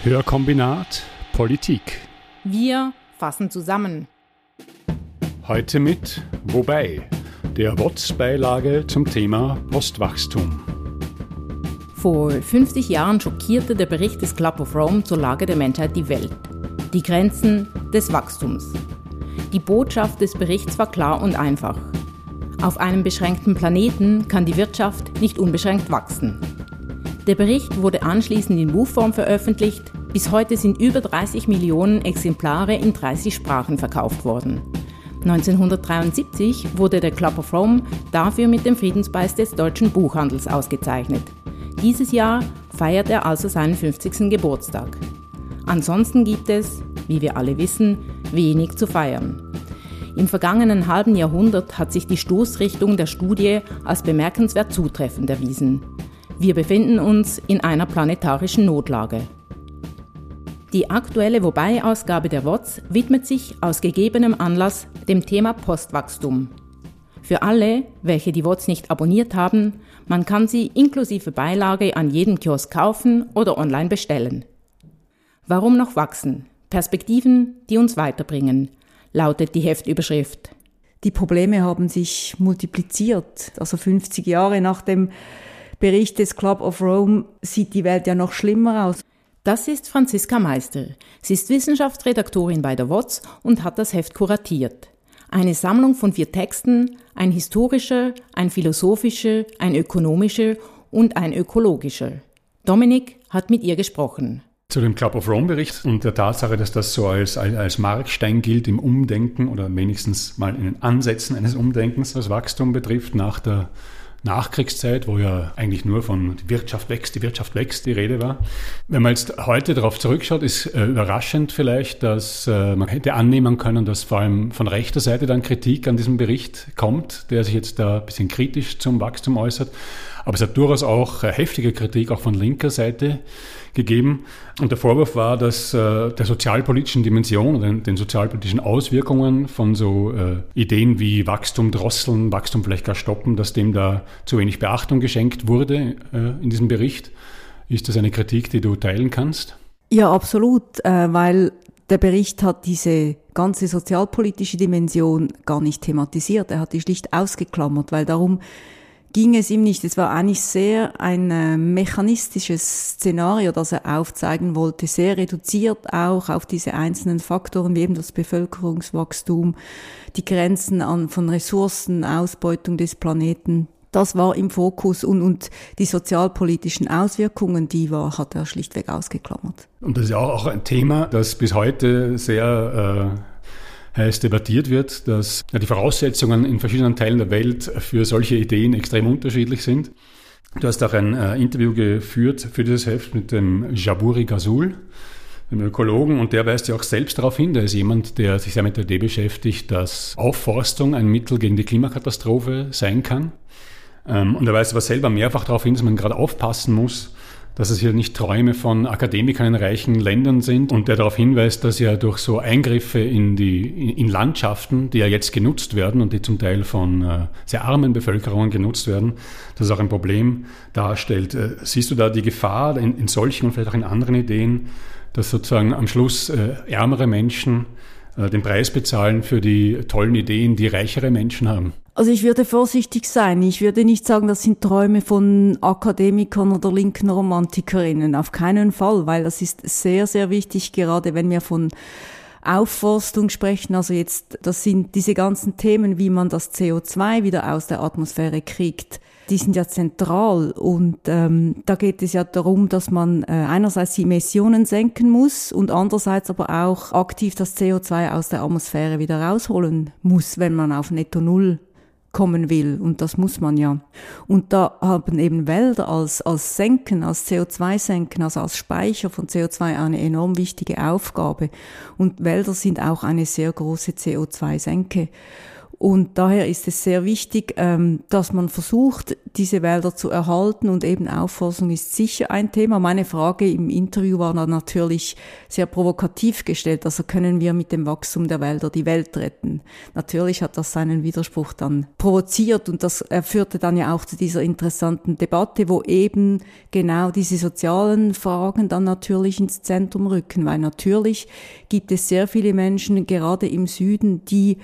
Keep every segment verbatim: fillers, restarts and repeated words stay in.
Hörkombinat Politik. Wir fassen zusammen. Heute mit Wobei, der W O Z-Beilage zum Thema Postwachstum. Vor fünfzig Jahren schockierte der Bericht des Club of Rome zur Lage der Menschheit die Welt. Die Grenzen des Wachstums. Die Botschaft des Berichts war klar und einfach. Auf einem beschränkten Planeten kann die Wirtschaft nicht unbeschränkt wachsen. Der Bericht wurde anschließend in Buchform veröffentlicht. Bis heute sind über dreißig Millionen Exemplare in dreißig Sprachen verkauft worden. neunzehnhundertdreiundsiebzig wurde der Club of Rome dafür mit dem Friedenspreis des deutschen Buchhandels ausgezeichnet. Dieses Jahr feiert er also seinen fünfzigsten Geburtstag. Ansonsten gibt es, wie wir alle wissen, wenig zu feiern. Im vergangenen halben Jahrhundert hat sich die Stoßrichtung der Studie als bemerkenswert zutreffend erwiesen. Wir befinden uns in einer planetarischen Notlage. Die aktuelle Wobei-Ausgabe der W O Z widmet sich aus gegebenem Anlass dem Thema Postwachstum. Für alle, welche die W O Z nicht abonniert haben, man kann sie inklusive Beilage an jedem Kiosk kaufen oder online bestellen. Warum noch wachsen? Perspektiven, die uns weiterbringen, lautet die Heftüberschrift. Die Probleme haben sich multipliziert. Also fünfzig Jahre nach dem Bericht des Club of Rome sieht die Welt ja noch schlimmer aus. Das ist Franziska Meister. Sie ist Wissenschaftsredaktorin bei der W O Z und hat das Heft kuratiert. Eine Sammlung von vier Texten, ein historischer, ein philosophischer, ein ökonomischer und ein ökologischer. Dominik hat mit ihr gesprochen. Zu dem Club of Rome-Bericht und der Tatsache, dass das so als, als, als Markstein gilt im Umdenken oder wenigstens mal in den Ansätzen eines Umdenkens, was Wachstum betrifft, nach der Nachkriegszeit, wo ja eigentlich nur von die Wirtschaft wächst, die Wirtschaft wächst, die Rede war. Wenn man jetzt heute darauf zurückschaut, ist äh, überraschend vielleicht, dass äh, man hätte annehmen können, dass vor allem von rechter Seite dann Kritik an diesem Bericht kommt, der sich jetzt da ein bisschen kritisch zum Wachstum äußert. Aber es hat durchaus auch äh, heftige Kritik auch von linker Seite gegeben. Und der Vorwurf war, dass äh, der sozialpolitischen Dimension oder den, den sozialpolitischen Auswirkungen von so äh, Ideen wie Wachstum drosseln, Wachstum vielleicht gar stoppen, dass dem da zu wenig Beachtung geschenkt wurde äh, in diesem Bericht. Ist das eine Kritik, die du teilen kannst? Ja, absolut, äh, weil der Bericht hat diese ganze sozialpolitische Dimension gar nicht thematisiert. Er hat die schlicht ausgeklammert, weil darum ging es ihm nicht. Es war eigentlich sehr ein äh, mechanistisches Szenario, das er aufzeigen wollte, sehr reduziert auch auf diese einzelnen Faktoren, wie eben das Bevölkerungswachstum, die Grenzen an, von Ressourcen, Ausbeutung des Planeten. Das war im Fokus und, und die sozialpolitischen Auswirkungen, die war, hat er schlichtweg ausgeklammert. Und das ist ja auch ein Thema, das bis heute sehr äh heiß debattiert wird, dass ja, die Voraussetzungen in verschiedenen Teilen der Welt für solche Ideen extrem unterschiedlich sind. Du hast auch ein äh, Interview geführt für dieses Heft mit dem Jabouri Ghazul, dem Ökologen, und der weist ja auch selbst darauf hin, der ist jemand, der sich sehr mit der Idee beschäftigt, dass Aufforstung ein Mittel gegen die Klimakatastrophe sein kann. Ähm, und er weist aber selber mehrfach darauf hin, dass man gerade aufpassen muss, dass es hier nicht Träume von Akademikern in reichen Ländern sind, und der darauf hinweist, dass ja durch so Eingriffe in die in Landschaften, die ja jetzt genutzt werden und die zum Teil von äh, sehr armen Bevölkerungen genutzt werden, das auch ein Problem darstellt. Äh, siehst du da die Gefahr in, in solchen und vielleicht auch in anderen Ideen, dass sozusagen am Schluss äh, ärmere Menschen äh, den Preis bezahlen für die tollen Ideen, die reichere Menschen haben? Also ich würde vorsichtig sein. Ich würde nicht sagen, das sind Träume von Akademikern oder linken Romantikerinnen. Auf keinen Fall, weil das ist sehr, sehr wichtig, gerade wenn wir von Aufforstung sprechen. Also jetzt, das sind diese ganzen Themen, wie man das C O zwei wieder aus der Atmosphäre kriegt. Die sind ja zentral, und ähm, da geht es ja darum, dass man äh, einerseits die Emissionen senken muss und andererseits aber auch aktiv das C O zwei aus der Atmosphäre wieder rausholen muss, wenn man auf Netto Null kommen will, und das muss man ja. Und da haben eben Wälder als als Senken, als C O zwei Senken, also als Speicher von C O zwei eine enorm wichtige Aufgabe. Und Wälder sind auch eine sehr große C O zwei Senke. Und daher ist es sehr wichtig, ähm, dass man versucht, diese Wälder zu erhalten, und eben Aufforstung ist sicher ein Thema. Meine Frage im Interview war dann natürlich sehr provokativ gestellt, also können wir mit dem Wachstum der Wälder die Welt retten? Natürlich hat das seinen Widerspruch dann provoziert, und das er führte dann ja auch zu dieser interessanten Debatte, wo eben genau diese sozialen Fragen dann natürlich ins Zentrum rücken, weil natürlich gibt es sehr viele Menschen, gerade im Süden, die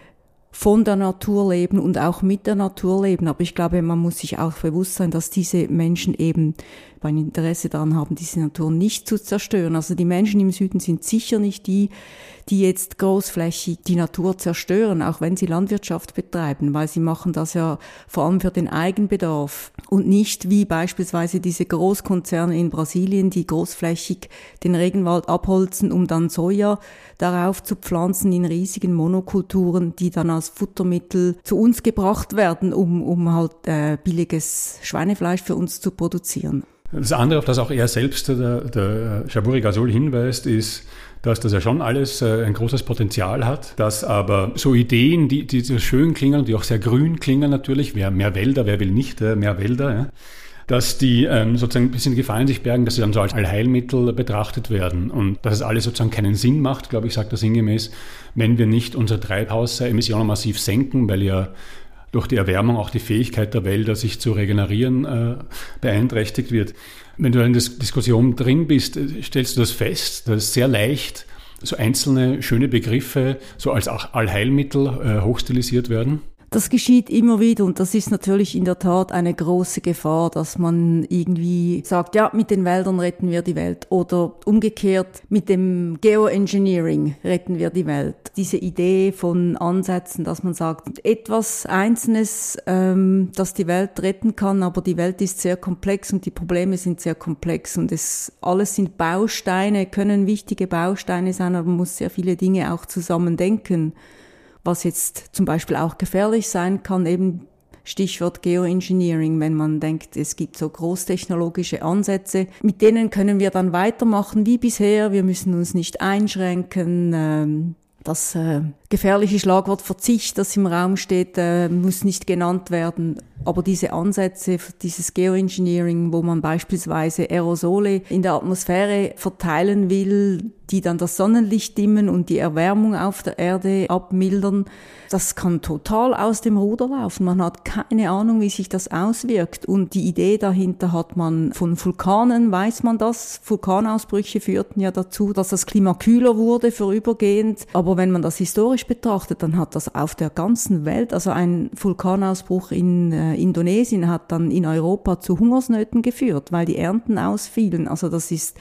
von der Natur leben und auch mit der Natur leben. Aber ich glaube, man muss sich auch bewusst sein, dass diese Menschen eben ein Interesse daran haben, diese Natur nicht zu zerstören. Also die Menschen im Süden sind sicher nicht die, die jetzt großflächig die Natur zerstören, auch wenn sie Landwirtschaft betreiben, weil sie machen das ja vor allem für den Eigenbedarf und nicht wie beispielsweise diese Großkonzerne in Brasilien, die großflächig den Regenwald abholzen, um dann Soja darauf zu pflanzen in riesigen Monokulturen, die dann als Futtermittel zu uns gebracht werden, um, um halt äh, billiges Schweinefleisch für uns zu produzieren. Das andere, auf das auch er selbst, der, der Shabury Ghazul, hinweist, ist, dass das ja schon alles äh, ein großes Potenzial hat, dass aber so Ideen, die, die so schön klingen, die auch sehr grün klingen natürlich, wer mehr Wälder, wer will nicht äh, mehr Wälder, ja, dass die ähm, sozusagen ein bisschen Gefahr in sich bergen, dass sie dann so als Allheilmittel betrachtet werden und dass es alles sozusagen keinen Sinn macht, glaube ich, sagt er sinngemäß, wenn wir nicht unsere Treibhausemissionen massiv senken, weil ja durch die Erwärmung auch die Fähigkeit der Wälder, sich zu regenerieren, äh, beeinträchtigt wird. Wenn du in der Diskussion drin bist, stellst du das fest, dass es sehr leicht so einzelne schöne Begriffe so als Allheilmittel äh, hochstilisiert werden? Das geschieht immer wieder, und das ist natürlich in der Tat eine große Gefahr, dass man irgendwie sagt, ja, mit den Wäldern retten wir die Welt, oder umgekehrt, mit dem Geoengineering retten wir die Welt. Diese Idee von Ansätzen, dass man sagt, etwas Einzelnes, ähm, das die Welt retten kann, aber die Welt ist sehr komplex und die Probleme sind sehr komplex, und es alles sind Bausteine, können wichtige Bausteine sein, aber man muss sehr viele Dinge auch zusammen denken. Was jetzt zum Beispiel auch gefährlich sein kann, eben Stichwort Geoengineering, wenn man denkt, es gibt so großtechnologische Ansätze, mit denen können wir dann weitermachen wie bisher, wir müssen uns nicht einschränken. Das äh, gefährliche Schlagwort Verzicht, das im Raum steht, äh, muss nicht genannt werden. Aber diese Ansätze, dieses Geoengineering, wo man beispielsweise Aerosole in der Atmosphäre verteilen will, die dann das Sonnenlicht dimmen und die Erwärmung auf der Erde abmildern, das kann total aus dem Ruder laufen. Man hat keine Ahnung, wie sich das auswirkt. Und die Idee dahinter hat man von Vulkanen, weiß man das. Vulkanausbrüche führten ja dazu, dass das Klima kühler wurde, vorübergehend. Aber wenn man das historisch betrachtet, dann hat das auf der ganzen Welt, also ein Vulkanausbruch in äh, Indonesien hat dann in Europa zu Hungersnöten geführt, weil die Ernten ausfielen. Also das ist,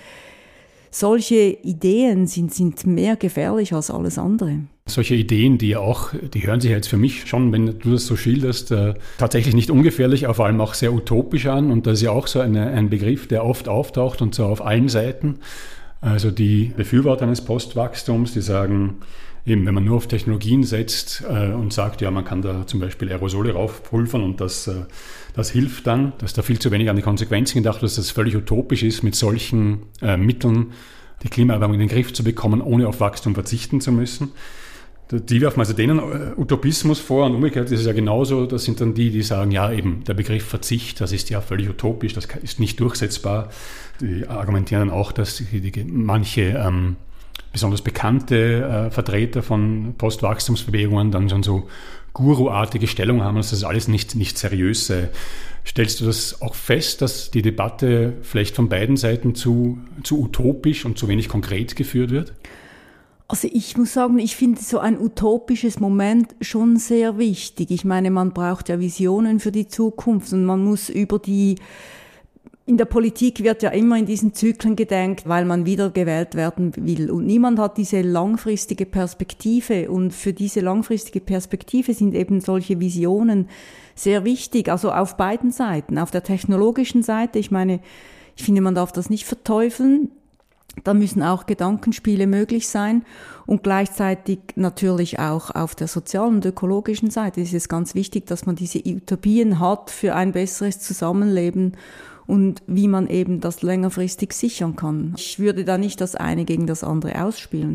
solche Ideen sind, sind mehr gefährlich als alles andere. Solche Ideen, die auch, die hören sich jetzt für mich schon, wenn du das so schilderst, äh, tatsächlich nicht ungefährlich, aber vor allem auch sehr utopisch an. Und das ist ja auch so eine, ein Begriff, der oft auftaucht und so auf allen Seiten. Also die Befürworter eines Postwachstums, die sagen, eben, wenn man nur auf Technologien setzt äh, und sagt, ja, man kann da zum Beispiel Aerosole raufpulvern und das, äh, das hilft dann, dass da viel zu wenig an die Konsequenzen gedacht wird, dass das völlig utopisch ist, mit solchen äh, Mitteln die Klimaerwärmung in den Griff zu bekommen, ohne auf Wachstum verzichten zu müssen. Die werfen also denen Utopismus vor, und umgekehrt ist es ja genauso, das sind dann die, die sagen, ja eben, der Begriff Verzicht, das ist ja völlig utopisch, das ist nicht durchsetzbar. Die argumentieren dann auch, dass die, die, manche ähm, besonders bekannte äh, Vertreter von Postwachstumsbewegungen dann schon so Guru-artige Stellung haben, dass das alles nicht, nicht seriös sei. Stellst du das auch fest, dass die Debatte vielleicht von beiden Seiten zu, zu utopisch und zu wenig konkret geführt wird? Also ich muss sagen, ich finde so ein utopisches Moment schon sehr wichtig. Ich meine, man braucht ja Visionen für die Zukunft, und man muss über die, in der Politik wird ja immer in diesen Zyklen gedenkt, weil man wiedergewählt werden will, und niemand hat diese langfristige Perspektive, und für diese langfristige Perspektive sind eben solche Visionen sehr wichtig, also auf beiden Seiten. Auf der technologischen Seite, ich meine, ich finde, man darf das nicht verteufeln. Da müssen auch Gedankenspiele möglich sein, und gleichzeitig natürlich auch auf der sozialen und ökologischen Seite ist es ganz wichtig, dass man diese Utopien hat für ein besseres Zusammenleben und wie man eben das längerfristig sichern kann. Ich würde da nicht das eine gegen das andere ausspielen.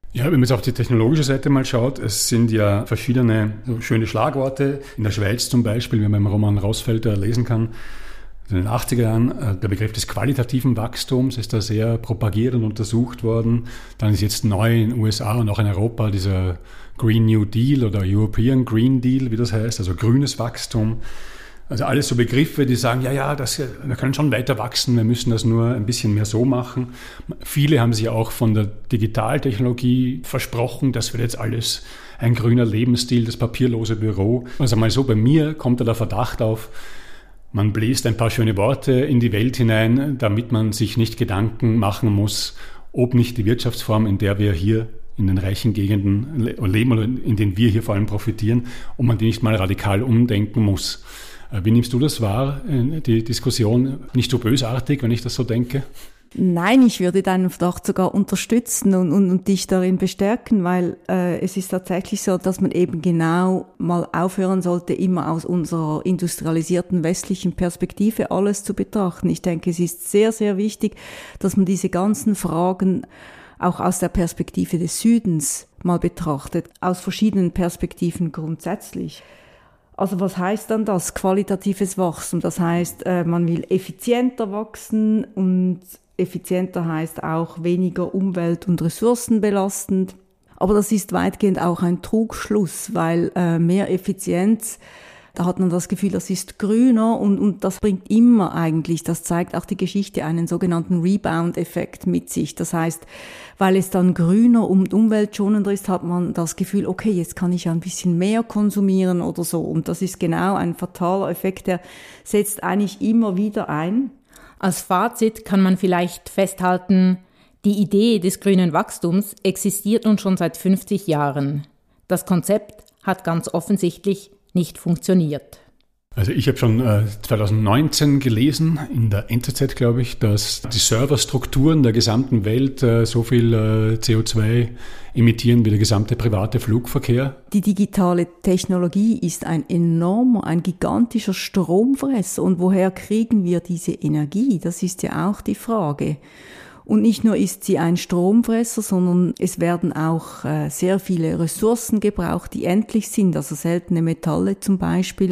Ja, wenn man jetzt auf die technologische Seite mal schaut, es sind ja verschiedene so schöne Schlagworte. In der Schweiz zum Beispiel, wie man beim Roman Rausfelder lesen kann, in den achtziger Jahren, der Begriff des qualitativen Wachstums ist da sehr propagiert und untersucht worden. Dann ist jetzt neu in den U S A und auch in Europa dieser Green New Deal oder European Green Deal, wie das heißt, also grünes Wachstum. Also alles so Begriffe, die sagen, ja, ja, das, wir können schon weiter wachsen, wir müssen das nur ein bisschen mehr so machen. Viele haben sich auch von der Digitaltechnologie versprochen, das wird jetzt alles ein grüner Lebensstil, das papierlose Büro. Also mal so, bei mir kommt da der Verdacht auf, man bläst ein paar schöne Worte in die Welt hinein, damit man sich nicht Gedanken machen muss, ob nicht die Wirtschaftsform, in der wir hier in den reichen Gegenden leben oder in denen wir hier vor allem profitieren, ob man die nicht mal radikal umdenken muss. Wie nimmst du das wahr, die Diskussion? Nicht so bösartig, wenn ich das so denke? Nein, ich würde deinen Verdacht sogar unterstützen und, und, und dich darin bestärken, weil äh, es ist tatsächlich so, dass man eben genau mal aufhören sollte, immer aus unserer industrialisierten westlichen Perspektive alles zu betrachten. Ich denke, es ist sehr, sehr wichtig, dass man diese ganzen Fragen auch aus der Perspektive des Südens mal betrachtet, aus verschiedenen Perspektiven grundsätzlich. Also was heißt dann das? Qualitatives Wachstum. Das heißt, man will effizienter wachsen und effizienter heißt auch weniger umwelt- und ressourcenbelastend. Aber das ist weitgehend auch ein Trugschluss, weil mehr Effizienz, da hat man das Gefühl, das ist grüner und, und das bringt immer eigentlich, das zeigt auch die Geschichte, einen sogenannten Rebound-Effekt mit sich. Das heißt, weil es dann grüner und umweltschonender ist, hat man das Gefühl, okay, jetzt kann ich ein bisschen mehr konsumieren oder so. Und das ist genau ein fataler Effekt, der setzt eigentlich immer wieder ein. Als Fazit kann man vielleicht festhalten, die Idee des grünen Wachstums existiert nun schon seit fünfzig Jahren. Das Konzept hat ganz offensichtlich nicht funktioniert. Also ich habe schon äh, zwanzig neunzehn gelesen, in der N Z Z, glaube ich, dass die Serverstrukturen der gesamten Welt äh, so viel äh, C O zwei emittieren wie der gesamte private Flugverkehr. Die digitale Technologie ist ein enormer, ein gigantischer Stromfresser. Und woher kriegen wir diese Energie? Das ist ja auch die Frage. Und nicht nur ist sie ein Stromfresser, sondern es werden auch äh, sehr viele Ressourcen gebraucht, die endlich sind, also seltene Metalle zum Beispiel.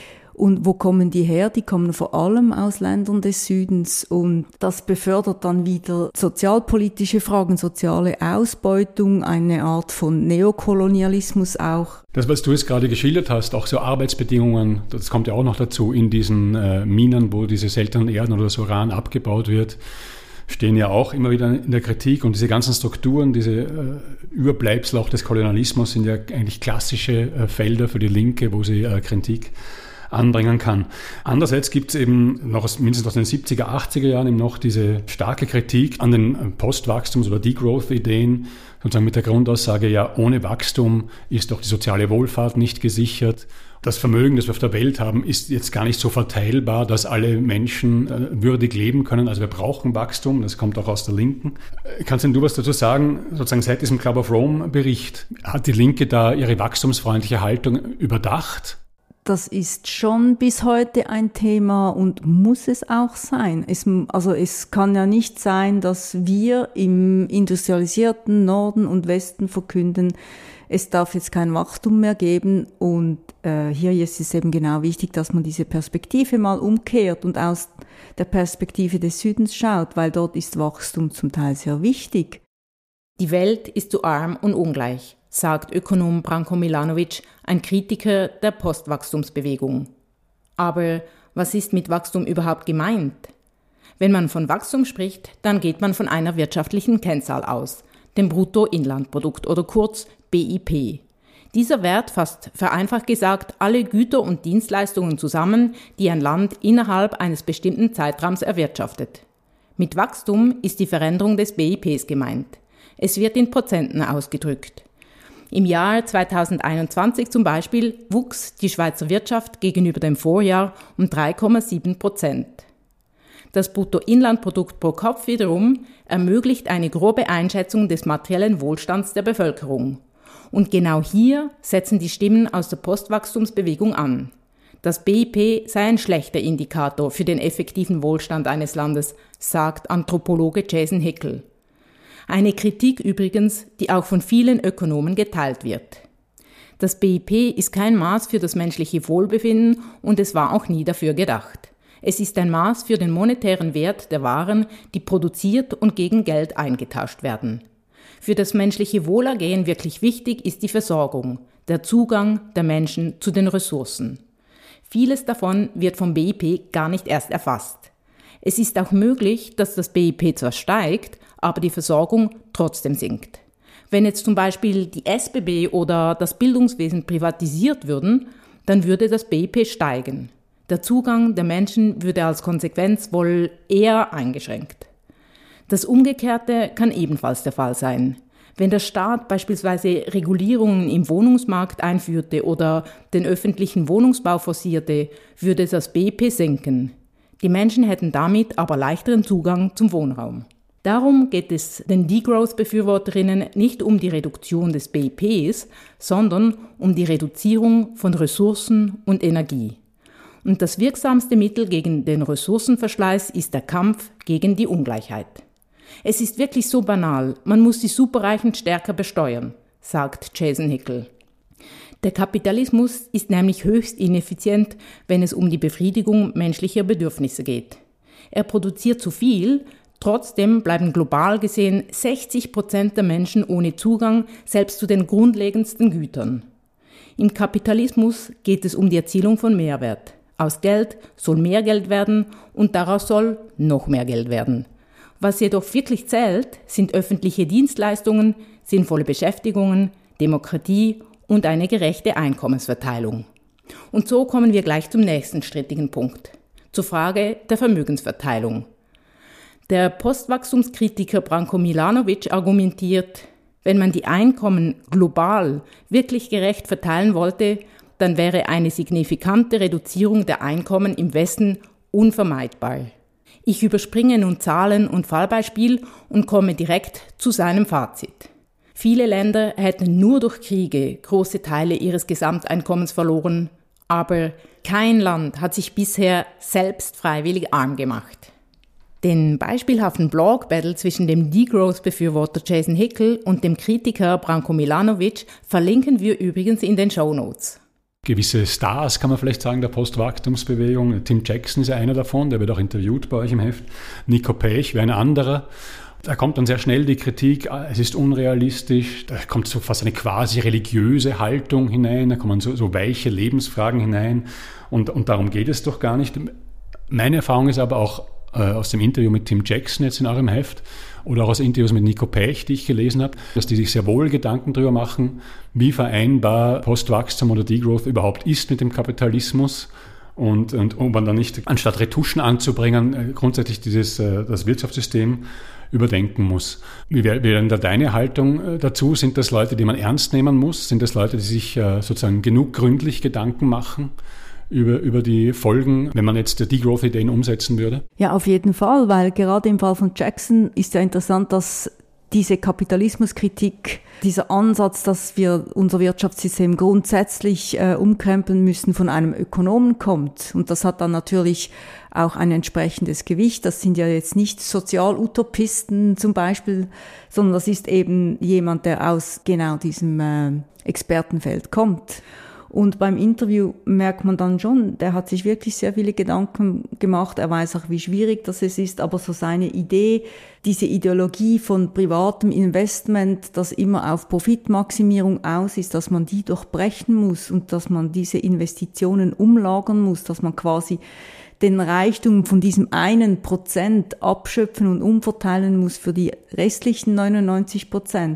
Und wo kommen die her? Die kommen vor allem aus Ländern des Südens und das befördert dann wieder sozialpolitische Fragen, soziale Ausbeutung, eine Art von Neokolonialismus auch. Das, was du jetzt gerade geschildert hast, auch so Arbeitsbedingungen, das kommt ja auch noch dazu, in diesen äh, Minen, wo diese seltenen Erden oder das Uran abgebaut wird, stehen ja auch immer wieder in der Kritik und diese ganzen Strukturen, diese äh, Überbleibsel auch des Kolonialismus sind ja eigentlich klassische äh, Felder für die Linke, wo sie äh, Kritik anbringen kann. Andererseits gibt es eben noch aus, mindestens aus den siebziger, achtziger Jahren eben noch diese starke Kritik an den Postwachstums- oder Degrowth-Ideen, sozusagen mit der Grundaussage, ja, ohne Wachstum ist doch die soziale Wohlfahrt nicht gesichert. Das Vermögen, das wir auf der Welt haben, ist jetzt gar nicht so verteilbar, dass alle Menschen äh, würdig leben können. Also wir brauchen Wachstum, das kommt auch aus der Linken. Kannst denn du was dazu sagen, sozusagen seit diesem Club of Rome-Bericht, hat die Linke da ihre wachstumsfreundliche Haltung überdacht? Das ist schon bis heute ein Thema und muss es auch sein. Es, also es kann ja nicht sein, dass wir im industrialisierten Norden und Westen verkünden, es darf jetzt kein Wachstum mehr geben und äh, hier ist es eben genau wichtig, dass man diese Perspektive mal umkehrt und aus der Perspektive des Südens schaut, weil dort ist Wachstum zum Teil sehr wichtig. Die Welt ist zu arm und ungleich, sagt Ökonom Branko Milanovic, ein Kritiker der Postwachstumsbewegung. Aber was ist mit Wachstum überhaupt gemeint? Wenn man von Wachstum spricht, dann geht man von einer wirtschaftlichen Kennzahl aus, dem Bruttoinlandprodukt oder kurz B I P. Dieser Wert fasst vereinfacht gesagt alle Güter und Dienstleistungen zusammen, die ein Land innerhalb eines bestimmten Zeitraums erwirtschaftet. Mit Wachstum ist die Veränderung des B I Ps gemeint. Es wird in Prozenten ausgedrückt. Im Jahr zweitausendeinundzwanzig zum Beispiel wuchs die Schweizer Wirtschaft gegenüber dem Vorjahr um drei Komma sieben Prozent. Das Bruttoinlandprodukt pro Kopf wiederum ermöglicht eine grobe Einschätzung des materiellen Wohlstands der Bevölkerung. Und genau hier setzen die Stimmen aus der Postwachstumsbewegung an. Das B I P sei ein schlechter Indikator für den effektiven Wohlstand eines Landes, sagt Anthropologe Jason Hickel. Eine Kritik übrigens, die auch von vielen Ökonomen geteilt wird. Das B I P ist kein Maß für das menschliche Wohlbefinden und es war auch nie dafür gedacht. Es ist ein Maß für den monetären Wert der Waren, die produziert und gegen Geld eingetauscht werden. Für das menschliche Wohlergehen wirklich wichtig ist die Versorgung, der Zugang der Menschen zu den Ressourcen. Vieles davon wird vom B I P gar nicht erst erfasst. Es ist auch möglich, dass das B I P zwar steigt, aber die Versorgung trotzdem sinkt. Wenn jetzt zum Beispiel die S B B oder das Bildungswesen privatisiert würden, dann würde das B I P steigen. Der Zugang der Menschen würde als Konsequenz wohl eher eingeschränkt. Das Umgekehrte kann ebenfalls der Fall sein. Wenn der Staat beispielsweise Regulierungen im Wohnungsmarkt einführte oder den öffentlichen Wohnungsbau forcierte, würde das B I P sinken. Die Menschen hätten damit aber leichteren Zugang zum Wohnraum. Darum geht es den Degrowth-Befürworterinnen nicht um die Reduktion des B I Ps, sondern um die Reduzierung von Ressourcen und Energie. Und das wirksamste Mittel gegen den Ressourcenverschleiß ist der Kampf gegen die Ungleichheit. Es ist wirklich so banal, man muss die Superreichen stärker besteuern, sagt Jason Hickel. Der Kapitalismus ist nämlich höchst ineffizient, wenn es um die Befriedigung menschlicher Bedürfnisse geht. Er produziert zu viel, trotzdem bleiben global gesehen sechzig Prozent der Menschen ohne Zugang selbst zu den grundlegendsten Gütern. Im Kapitalismus geht es um die Erzielung von Mehrwert. Aus Geld soll mehr Geld werden und daraus soll noch mehr Geld werden. Was jedoch wirklich zählt, sind öffentliche Dienstleistungen, sinnvolle Beschäftigungen, Demokratie und eine gerechte Einkommensverteilung. Und so kommen wir gleich zum nächsten strittigen Punkt, zur Frage der Vermögensverteilung. Der Postwachstumskritiker Branko Milanovic argumentiert, wenn man die Einkommen global wirklich gerecht verteilen wollte, dann wäre eine signifikante Reduzierung der Einkommen im Westen unvermeidbar. Ich überspringe nun Zahlen und Fallbeispiel und komme direkt zu seinem Fazit. Viele Länder hätten nur durch Kriege große Teile ihres Gesamteinkommens verloren, aber kein Land hat sich bisher selbst freiwillig arm gemacht. Den beispielhaften Blog-Battle zwischen dem Degrowth-Befürworter Jason Hickel und dem Kritiker Branko Milanovic verlinken wir übrigens in den Shownotes. Gewisse Stars, kann man vielleicht sagen, der Postwachstumsbewegung. Tim Jackson ist ja einer davon, der wird auch interviewt bei euch im Heft. Nico Pech wäre ein anderer. Da kommt dann sehr schnell die Kritik, es ist unrealistisch, da kommt so fast eine quasi religiöse Haltung hinein, da kommen so, so weiche Lebensfragen hinein und, und darum geht es doch gar nicht. Meine Erfahrung ist aber auch äh, aus dem Interview mit Tim Jackson jetzt in eurem Heft oder auch aus Interviews mit Nico Pech, die ich gelesen habe, dass die sich sehr wohl Gedanken darüber machen, wie vereinbar Postwachstum oder Degrowth überhaupt ist mit dem Kapitalismus. Und, und um man dann nicht, anstatt Retuschen anzubringen, grundsätzlich dieses, das Wirtschaftssystem überdenken muss. Wie wäre denn da deine Haltung dazu? Sind das Leute, die man ernst nehmen muss? Sind das Leute, die sich sozusagen genug gründlich Gedanken machen über, über die Folgen, wenn man jetzt die Degrowth-Ideen umsetzen würde? Ja, auf jeden Fall, weil gerade im Fall von Jackson ist ja interessant, dass diese Kapitalismuskritik, dieser Ansatz, dass wir unser Wirtschaftssystem grundsätzlich äh, umkrempeln müssen, von einem Ökonomen kommt. Und das hat dann natürlich auch ein entsprechendes Gewicht. Das sind ja jetzt nicht Sozialutopisten zum Beispiel, sondern das ist eben jemand, der aus genau diesem äh, Expertenfeld kommt. Und beim Interview merkt man dann schon, der hat sich wirklich sehr viele Gedanken gemacht. Er weiß auch, wie schwierig das ist, aber so seine Idee, diese Ideologie von privatem Investment, das immer auf Profitmaximierung aus ist, dass man die durchbrechen muss und dass man diese Investitionen umlagern muss, dass man quasi den Reichtum von diesem einen Prozent abschöpfen und umverteilen muss für die restlichen neunundneunzig Prozent.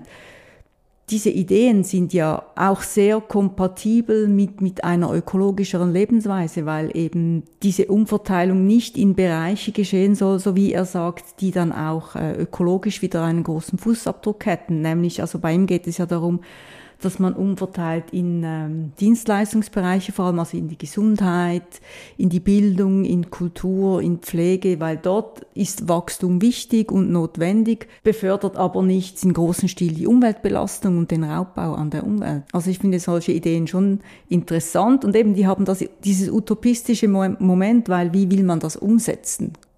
Diese Ideen sind ja auch sehr kompatibel mit, mit einer ökologischeren Lebensweise, weil eben diese Umverteilung nicht in Bereiche geschehen soll, so wie er sagt, die dann auch äh, ökologisch wieder einen großen Fußabdruck hätten. Nämlich, also bei ihm geht es ja darum, dass man umverteilt in ähm, Dienstleistungsbereiche, vor allem also in die Gesundheit, in die Bildung, in Kultur, in Pflege, weil dort ist Wachstum wichtig und notwendig, befördert aber nicht in großem Stil die Umweltbelastung und den Raubbau an der Umwelt. Also ich finde solche Ideen schon interessant und eben die haben das, dieses utopistische Moment, weil wie will man das umsetzen?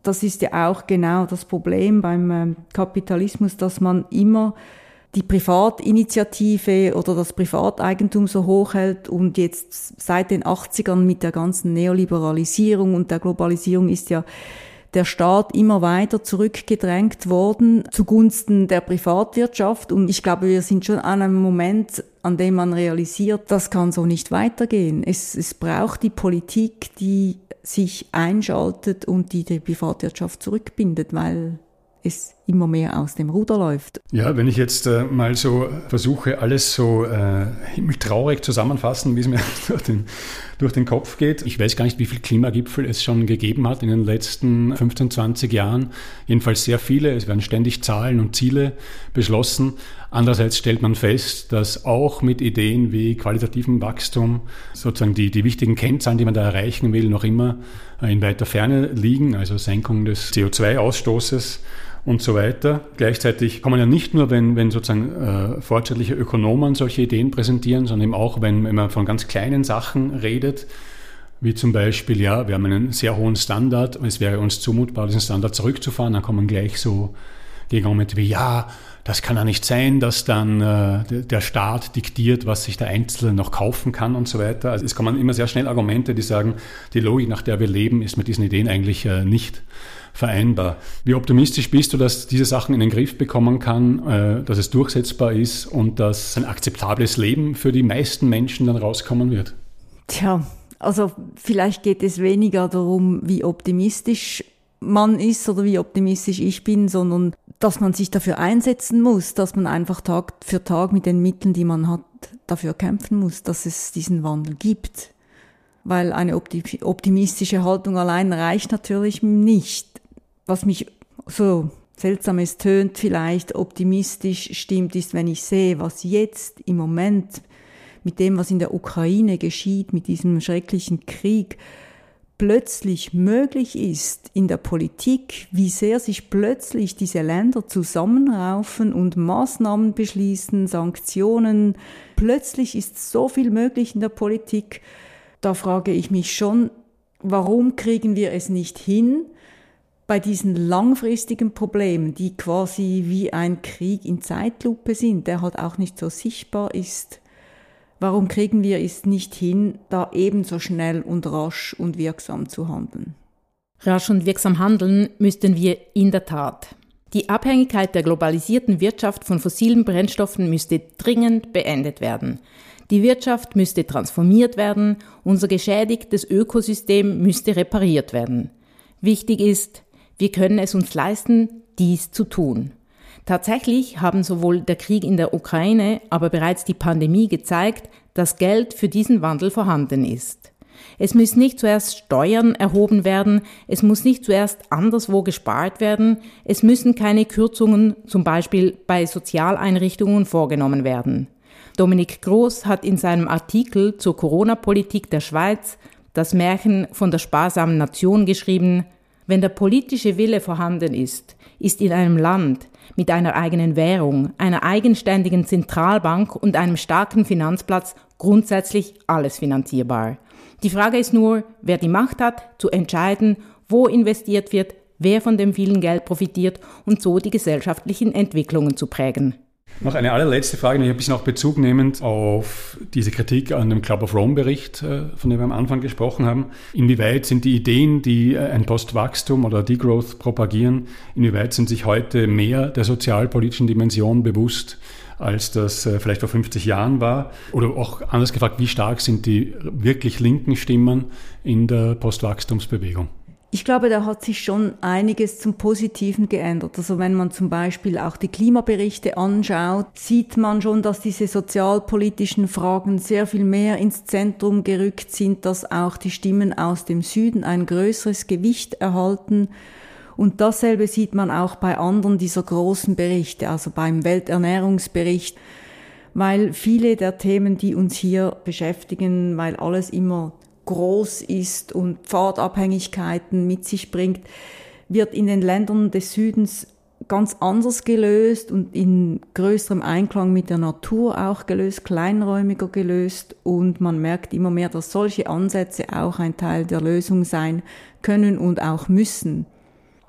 das ist ja auch genau das Problem beim Kapitalismus, dass man immer die Privatinitiative oder das Privateigentum so hochhält und jetzt seit den achtzigern mit der ganzen Neoliberalisierung und der Globalisierung ist ja der Staat immer weiter zurückgedrängt worden zugunsten der Privatwirtschaft. Und ich glaube, wir sind schon an einem Moment, an dem man realisiert, das kann so nicht weitergehen. Es, es braucht die Politik, die sich einschaltet und die die Privatwirtschaft zurückbindet, weil es immer mehr aus dem Ruder läuft. Ja, wenn ich jetzt äh, mal so versuche, alles so äh, himmeltraurig zusammenfassen, wie es mir durch den, durch den Kopf geht. Ich weiß gar nicht, wie viele Klimagipfel es schon gegeben hat in den letzten fünfzehn, zwanzig Jahren. Jedenfalls sehr viele. Es werden ständig Zahlen und Ziele beschlossen. Andererseits stellt man fest, dass auch mit Ideen wie qualitativem Wachstum sozusagen die, die wichtigen Kennzahlen, die man da erreichen will, noch immer in weiter Ferne liegen, also Senkung des C O zwei Ausstoßes und so weiter. Gleichzeitig kann man ja nicht nur, wenn, wenn sozusagen äh, fortschrittliche Ökonomen solche Ideen präsentieren, sondern eben auch, wenn, wenn man von ganz kleinen Sachen redet, wie zum Beispiel, ja, wir haben einen sehr hohen Standard, es wäre uns zumutbar, diesen Standard zurückzufahren, dann kommen gleich so Gegenargumente wie, ja, das kann ja nicht sein, dass dann äh, der Staat diktiert, was sich der Einzelne noch kaufen kann und so weiter. Also es kommen immer sehr schnell Argumente, die sagen, die Logik, nach der wir leben, ist mit diesen Ideen eigentlich äh, nicht vereinbar. Wie optimistisch bist du, dass diese Sachen in den Griff bekommen kann, äh, dass es durchsetzbar ist und dass ein akzeptables Leben für die meisten Menschen dann rauskommen wird? Tja, also vielleicht geht es weniger darum, wie optimistisch man ist oder wie optimistisch ich bin, sondern dass man sich dafür einsetzen muss, dass man einfach Tag für Tag mit den Mitteln, die man hat, dafür kämpfen muss, dass es diesen Wandel gibt. Weil eine optimistische Haltung allein reicht natürlich nicht. Was mich so seltsam es tönt, vielleicht optimistisch stimmt, ist, wenn ich sehe, was jetzt im Moment mit dem, was in der Ukraine geschieht, mit diesem schrecklichen Krieg, plötzlich möglich ist in der Politik, wie sehr sich plötzlich diese Länder zusammenraufen und Maßnahmen beschließen, Sanktionen. Plötzlich ist so viel möglich in der Politik. Da frage ich mich schon, warum kriegen wir es nicht hin, bei diesen langfristigen Problemen, die quasi wie ein Krieg in Zeitlupe sind, der halt auch nicht so sichtbar ist. Warum kriegen wir es nicht hin, da ebenso schnell und rasch und wirksam zu handeln? Rasch und wirksam handeln müssten wir in der Tat. Die Abhängigkeit der globalisierten Wirtschaft von fossilen Brennstoffen müsste dringend beendet werden. Die Wirtschaft müsste transformiert werden, unser geschädigtes Ökosystem müsste repariert werden. Wichtig ist, wir können es uns leisten, dies zu tun. Tatsächlich haben sowohl der Krieg in der Ukraine, aber bereits die Pandemie gezeigt, dass Geld für diesen Wandel vorhanden ist. Es müssen nicht zuerst Steuern erhoben werden, es muss nicht zuerst anderswo gespart werden, es müssen keine Kürzungen, zum Beispiel bei Sozialeinrichtungen, vorgenommen werden. Dominik Groß hat in seinem Artikel zur Corona-Politik der Schweiz das Märchen von der sparsamen Nation geschrieben: Wenn der politische Wille vorhanden ist, ist in einem Land mit einer eigenen Währung, einer eigenständigen Zentralbank und einem starken Finanzplatz grundsätzlich alles finanzierbar. Die Frage ist nur, wer die Macht hat, zu entscheiden, wo investiert wird, wer von dem vielen Geld profitiert und so die gesellschaftlichen Entwicklungen zu prägen. Noch eine allerletzte Frage, ein bisschen auch Bezug nehmend auf diese Kritik an dem Club of Rome-Bericht, von dem wir am Anfang gesprochen haben. Inwieweit sind die Ideen, die ein Postwachstum oder Degrowth propagieren, inwieweit sind sich heute mehr der sozialpolitischen Dimension bewusst, als das vielleicht vor fünfzig Jahren war? Oder auch anders gefragt, wie stark sind die wirklich linken Stimmen in der Postwachstumsbewegung? Ich glaube, da hat sich schon einiges zum Positiven geändert. Also wenn man zum Beispiel auch die Klimaberichte anschaut, sieht man schon, dass diese sozialpolitischen Fragen sehr viel mehr ins Zentrum gerückt sind, dass auch die Stimmen aus dem Süden ein größeres Gewicht erhalten. Und dasselbe sieht man auch bei anderen dieser großen Berichte, also beim Welternährungsbericht, weil viele der Themen, die uns hier beschäftigen, weil alles immer groß ist und Pfadabhängigkeiten mit sich bringt, wird in den Ländern des Südens ganz anders gelöst und in größerem Einklang mit der Natur auch gelöst, kleinräumiger gelöst, und man merkt immer mehr, dass solche Ansätze auch ein Teil der Lösung sein können und auch müssen.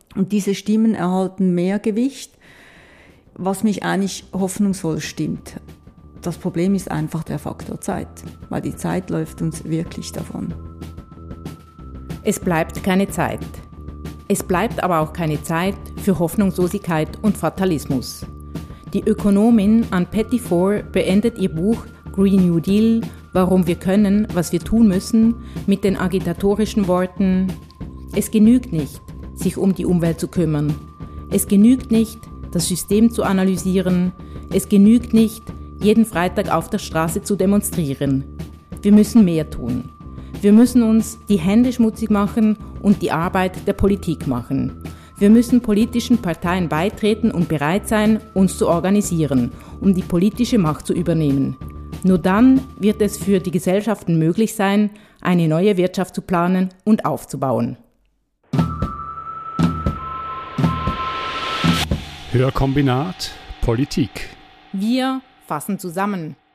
Und diese Stimmen erhalten mehr Gewicht, was mich eigentlich hoffnungsvoll stimmt. Das Problem ist einfach der Faktor Zeit, weil die Zeit läuft uns wirklich davon. Es bleibt keine Zeit. Es bleibt aber auch keine Zeit für Hoffnungslosigkeit und Fatalismus. Die Ökonomin Ann Pettifor beendet ihr Buch Green New Deal, warum wir können, was wir tun müssen, mit den agitatorischen Worten: Es genügt nicht, sich um die Umwelt zu kümmern. Es genügt nicht, das System zu analysieren. Es genügt nicht, jeden Freitag auf der Straße zu demonstrieren. Wir müssen mehr tun. Wir müssen uns die Hände schmutzig machen und die Arbeit der Politik machen. Wir müssen politischen Parteien beitreten und bereit sein, uns zu organisieren, um die politische Macht zu übernehmen. Nur dann wird es für die Gesellschaften möglich sein, eine neue Wirtschaft zu planen und aufzubauen. Hörkombinat Politik. Wir fassen zusammen.